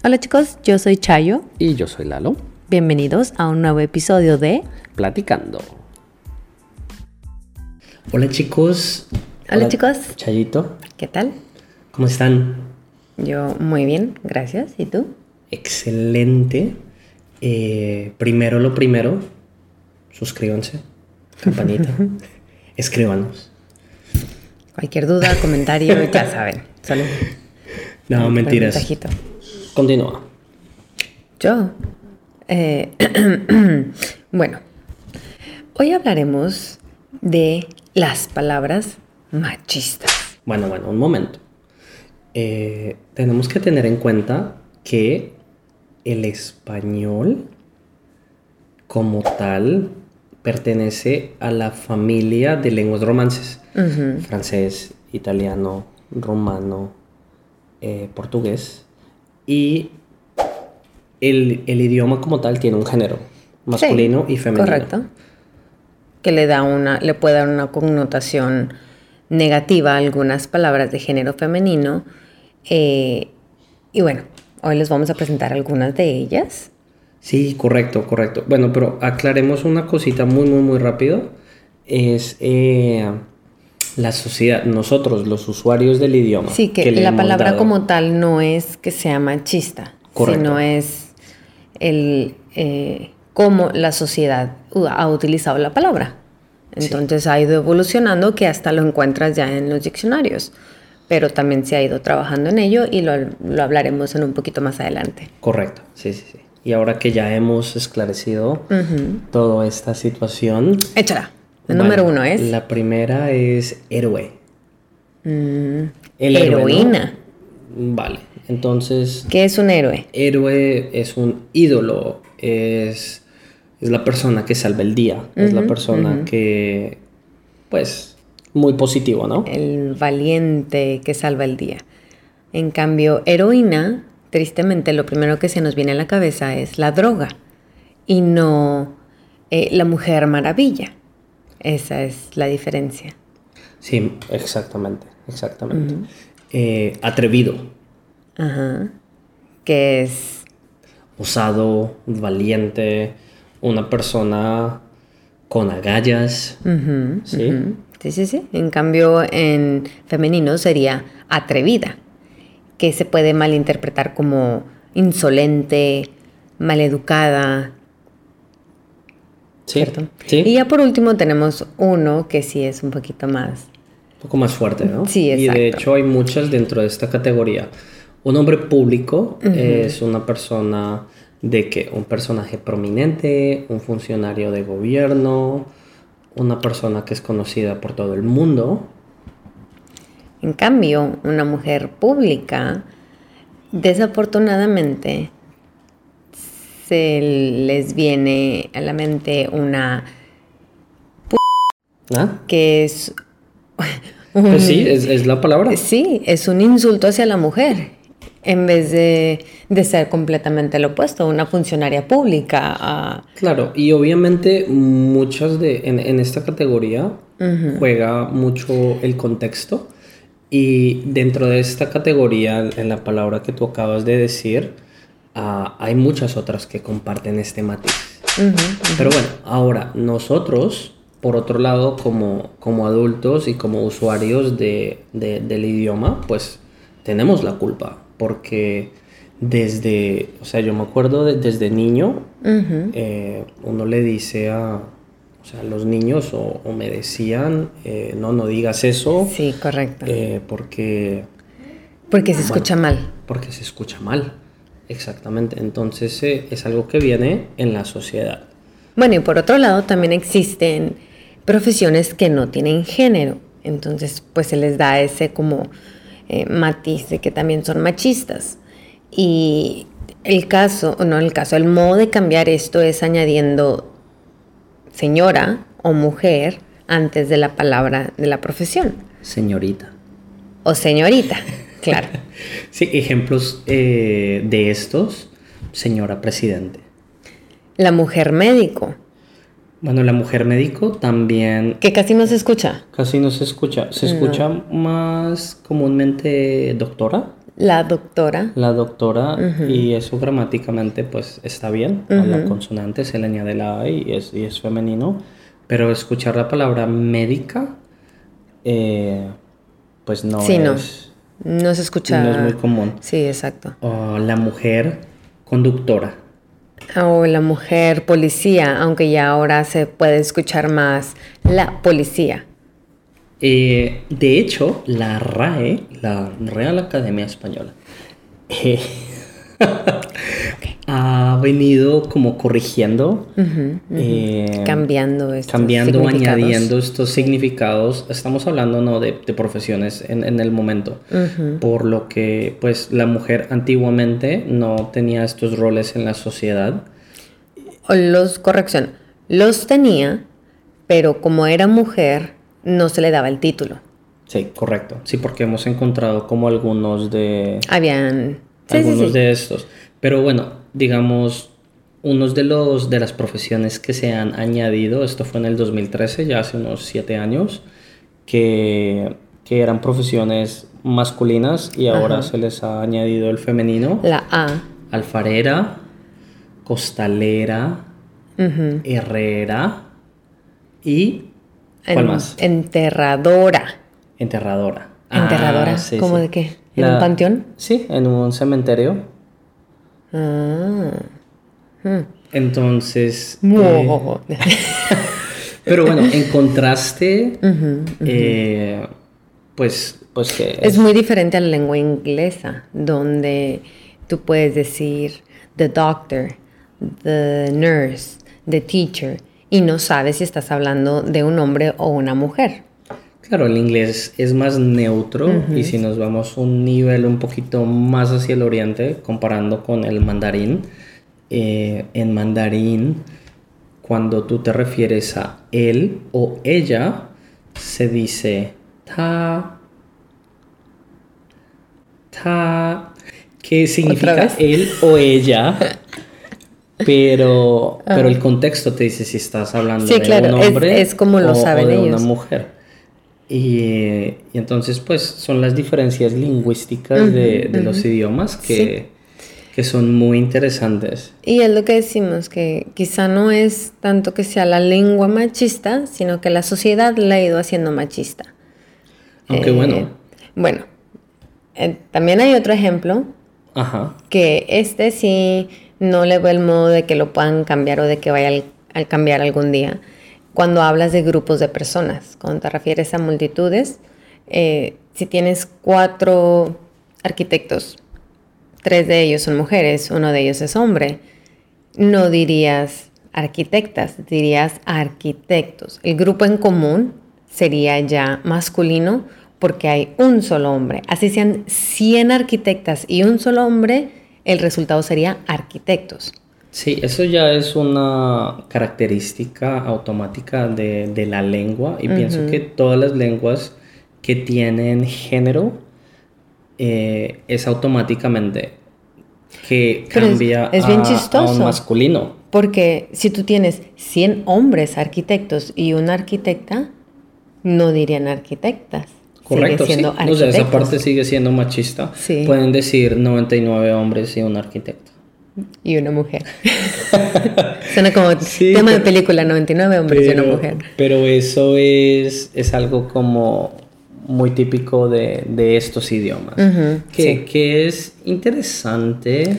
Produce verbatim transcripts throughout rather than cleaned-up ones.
Hola chicos, yo soy Chayo. Y yo soy Lalo. Bienvenidos a un nuevo episodio de Platicando. Hola chicos. Hola, Hola chicos. Chayito. ¿Qué tal? ¿Cómo están? Yo muy bien, gracias. ¿Y tú? Excelente. Eh, primero lo primero, suscríbanse, campanita, escríbanos. Cualquier duda, comentario, ya saben. Solo no, mentiras. Mensajito. Continúa. Yo. Eh, bueno, hoy hablaremos de las palabras machistas. Bueno, bueno, un momento. Eh, tenemos que tener en cuenta que el español como tal pertenece a la familia de lenguas romances. Uh-huh. Francés, italiano, rumano, eh, portugués. Y el, el idioma como tal tiene un género masculino, sí, y femenino. Correcto. Que le da una, le puede dar una connotación negativa a algunas palabras de género femenino. Eh, y bueno, hoy les vamos a presentar algunas de ellas. Sí, correcto, correcto. Bueno, pero aclaremos una cosita muy, muy, muy rápido. Es eh, la sociedad, nosotros, los usuarios del idioma. Sí, que, que la palabra dado... como tal no es que sea machista, correcto, sino es el eh, cómo la sociedad ha utilizado la palabra. Entonces sí, ha ido evolucionando que hasta lo encuentras ya en los diccionarios. Pero también se ha ido trabajando en ello y lo, lo hablaremos en un poquito más adelante. Correcto, sí, sí, sí. Y ahora que ya hemos esclarecido uh-huh. toda esta situación... Échala. El bueno, número uno es... La primera es héroe. Mm, El heroína. Héroe, ¿no? Vale, entonces... ¿Qué es un héroe? Héroe es un ídolo, es, es la persona que salva el día, uh-huh, es la persona uh-huh. que, pues, muy positivo, ¿no? El valiente que salva el día. En cambio, heroína... Tristemente, lo primero que se nos viene a la cabeza es la droga y no eh, la Mujer Maravilla. Esa es la diferencia. Sí, exactamente, exactamente. Uh-huh. Eh, atrevido. Ajá. Que es... osado, valiente, una persona con agallas. Uh-huh, ¿sí? Uh-huh. Sí, sí, sí. En cambio, en femenino sería atrevida, que se puede malinterpretar como insolente, maleducada. Sí, ¿cierto? Sí. Y ya por último tenemos uno que sí es un poquito más... Un poco más fuerte, ¿no? Sí, exacto. Y de hecho hay muchas dentro de esta categoría. Un hombre público uh-huh. es una persona de que un personaje prominente, un funcionario de gobierno, una persona que es conocida por todo el mundo. En cambio, una mujer pública, desafortunadamente, se les viene a la mente una p*** ¿Ah? que es... Un, pues sí, es, es la palabra. Sí, es un insulto hacia la mujer, en vez de, de ser completamente lo opuesto, una funcionaria pública. Uh... Claro, y obviamente muchas de, en, en esta categoría uh-huh. juega mucho el contexto. Y dentro de esta categoría, en la palabra que tú acabas de decir, uh, hay muchas otras que comparten este matiz. Uh-huh, uh-huh. Pero bueno, ahora nosotros, por otro lado, como, como adultos y como usuarios de, de, del idioma, pues tenemos la culpa. Porque desde, o sea, yo me acuerdo de, desde niño, uh-huh. eh, uno le dice a... O sea, los niños o, o me decían, eh, no, no digas eso. Sí, correcto. Eh, porque... Porque se bueno, escucha mal. Porque se escucha mal, exactamente. Entonces eh, es algo que viene en la sociedad. Bueno, y por otro lado también existen profesiones que no tienen género. Entonces, pues se les da ese como eh, matiz de que también son machistas. Y el caso, no el caso, el modo de cambiar esto es añadiendo... señora o mujer antes de la palabra de la profesión. Señorita. O señorita, claro. Sí, ejemplos eh, de estos, señora presidente. La mujer médico. Bueno, la mujer médico también... Que casi no se escucha. Casi no se escucha. Se escucha no. más comúnmente doctora. La doctora. La doctora, uh-huh. y eso gramáticamente pues está bien. Uh-huh. A la consonante se le añade la A y es, y es femenino. Pero escuchar la palabra médica, eh, pues no sí, es... no. No se escucha. No es muy común. Sí, exacto. O la mujer conductora. O la mujer policía, aunque ya ahora se puede escuchar más la policía. Eh, de hecho, la R A E, la Real Academia Española, eh, okay. ha venido como corrigiendo, uh-huh, uh-huh. Eh, cambiando estos cambiando, añadiendo estos significados. Estamos hablando no de, de profesiones en, en el momento, uh-huh. por lo que pues la mujer antiguamente no tenía estos roles en la sociedad. O los, corrección, los tenía, pero como era mujer no se le daba el título. Sí, correcto. Sí, porque hemos encontrado como algunos de... Habían... Sí, algunos sí, sí. de estos. Pero bueno, digamos, unos de los de las profesiones que se han añadido, esto fue en el dos mil trece, ya hace unos siete años, que, que eran profesiones masculinas y ahora, ajá, se les ha añadido el femenino. La A. Alfarera, costalera, uh-huh. herrera y... ¿Cuál en, más? Enterradora. Enterradora. ¿Enterradora? Ah, sí, ¿Cómo sí. de qué? ¿En La, un panteón? Sí, en un cementerio. Ah. Hmm. Entonces... Oh. Eh, pero bueno, en contraste, uh-huh, uh-huh. Eh, pues, pues que... Es... es muy diferente a la lengua inglesa, donde tú puedes decir the doctor, the nurse, the teacher... y no sabes si estás hablando de un hombre o una mujer. Claro, el inglés es más neutro, uh-huh. y si nos vamos un nivel un poquito más hacia el oriente, comparando con el mandarín, eh, en mandarín, cuando tú te refieres a él o ella, se dice ta, ta, que significa él o ella. Pero, ah. pero el contexto te dice si estás hablando, sí, de, claro, un hombre, es, es como lo o, saben o de ellos. Una mujer. Y, y entonces pues son las diferencias lingüísticas uh-huh, de, de uh-huh. los idiomas que, sí. que son muy interesantes. Y es lo que decimos, que quizá no es tanto que sea la lengua machista, sino que la sociedad la ha ido haciendo machista. Aunque eh, bueno. Bueno, eh, también hay otro ejemplo, ajá. que este sí... no le veo el modo de que lo puedan cambiar o de que vaya a cambiar algún día. Cuando hablas de grupos de personas, cuando te refieres a multitudes, eh, si tienes cuatro arquitectos, tres de ellos son mujeres, uno de ellos es hombre, no dirías arquitectas, dirías arquitectos. El grupo en común sería ya masculino porque hay un solo hombre. Así sean cien arquitectas y un solo hombre, el resultado sería arquitectos. Sí, eso ya es una característica automática de, de la lengua y uh-huh. pienso que todas las lenguas que tienen género eh, es automáticamente que Pero cambia es, es bien a, chistoso, a un masculino. Porque si tú tienes cien hombres arquitectos y una arquitecta, no dirían arquitectas. Correcto, sí. O sea, esa parte sigue siendo machista. Sí. Pueden decir noventa y nueve hombres y un arquitecto. Y una mujer. Suena como sí, tema pero, de película, noventa y nueve hombres pero, y una mujer. Pero eso es, es algo como muy típico de, de estos idiomas. Uh-huh, que, sí. que es interesante.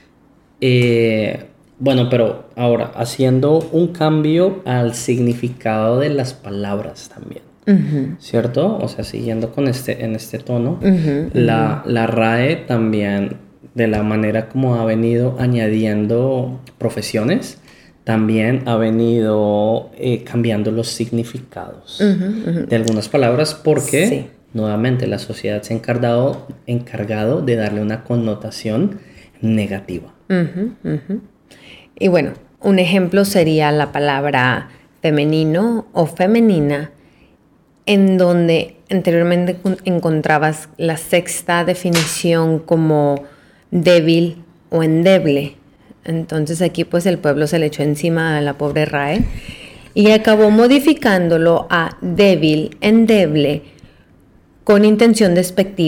Eh, bueno, pero ahora, haciendo un cambio al significado de las palabras también. Uh-huh. ¿Cierto? O sea, siguiendo con este, en este tono, uh-huh, la, uh-huh. la R A E también, de la manera como ha venido añadiendo profesiones, también ha venido eh, cambiando los significados uh-huh, uh-huh. de algunas palabras porque, sí. nuevamente, la sociedad se ha encargado, encargado de darle una connotación negativa. Uh-huh, uh-huh. Y bueno, un ejemplo sería la palabra femenino o femenina, en donde anteriormente encontrabas la sexta definición como débil o endeble. Entonces aquí pues el pueblo se le echó encima a la pobre R A E y acabó modificándolo a débil, endeble, con intención despectiva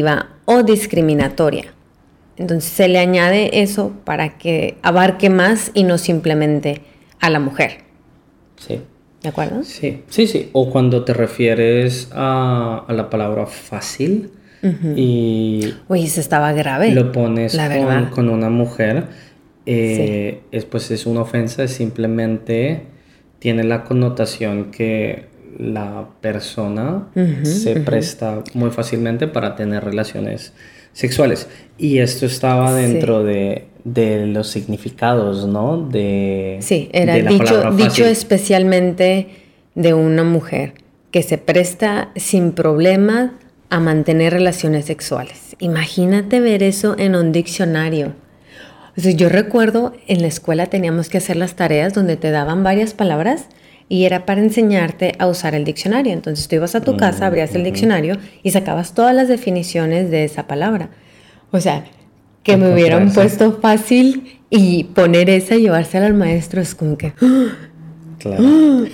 o discriminatoria. Entonces se le añade eso para que abarque más y no simplemente a la mujer. Sí. ¿De acuerdo? Sí, sí, sí. O cuando te refieres a, a la palabra fácil uh-huh. y... Uy, eso estaba grave. Lo pones con, con una mujer, eh, sí. es, pues es una ofensa, es simplemente tiene la connotación que la persona uh-huh, se uh-huh. presta muy fácilmente para tener relaciones sexuales. Y esto estaba dentro sí. de, de los significados, ¿no? De, sí, era de la dicho, dicho especialmente de una mujer que se presta sin problema a mantener relaciones sexuales. Imagínate ver eso en un diccionario. O sea, yo recuerdo en la escuela teníamos que hacer las tareas donde te daban varias palabras y era para enseñarte a usar el diccionario. Entonces tú ibas a tu casa, abrías uh-huh. el diccionario y sacabas todas las definiciones de esa palabra. O sea, que me hubieran puesto fácil y poner esa y llevársela al maestro es como que... Claro. No,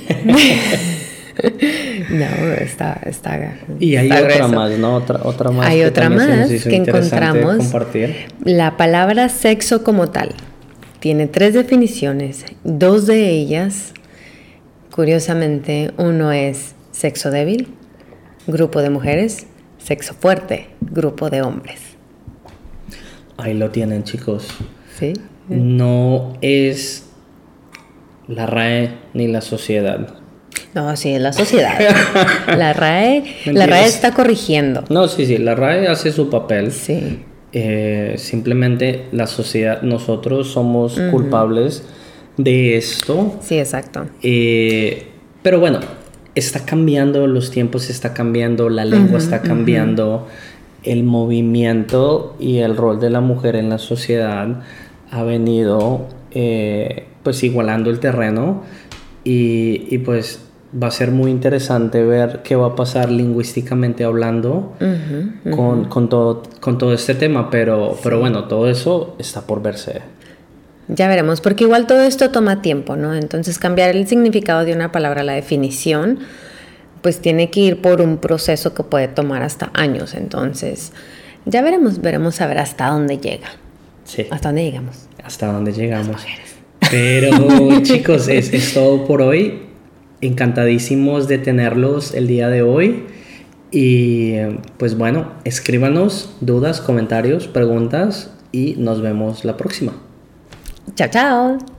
está, está Y hay está otra grueso. más, ¿no? Otra, otra más. Hay que otra más que encontramos. Compartir. La palabra sexo como tal tiene tres definiciones. Dos de ellas, curiosamente, uno es sexo débil, grupo de mujeres, sexo fuerte, grupo de hombres. Ahí lo tienen, chicos. Sí. No es la R A E ni la sociedad. No, sí, es la sociedad. La R A E, la R A E está corrigiendo. No, sí, sí, la R A E hace su papel. Sí. Eh, simplemente la sociedad, nosotros somos uh-huh. culpables de esto. Sí, exacto. Eh, pero bueno, está cambiando, los tiempos está cambiando, la lengua uh-huh, está cambiando, uh-huh. el movimiento y el rol de la mujer en la sociedad ha venido eh, pues igualando el terreno y, y pues va a ser muy interesante ver qué va a pasar lingüísticamente hablando uh-huh, uh-huh. Con, con, todo, con todo este tema, pero, sí. pero bueno, todo eso está por verse. Ya veremos, porque igual todo esto toma tiempo, ¿no? Entonces cambiar el significado de una palabra, la definición, pues tiene que ir por un proceso que puede tomar hasta años. Entonces ya veremos, veremos a ver hasta dónde llega. Sí. ¿Hasta dónde llegamos? Hasta dónde llegamos. Pero chicos, es, es todo por hoy. Encantadísimos de tenerlos el día de hoy. Y pues bueno, escríbanos dudas, comentarios, preguntas y nos vemos la próxima. Chao, chao.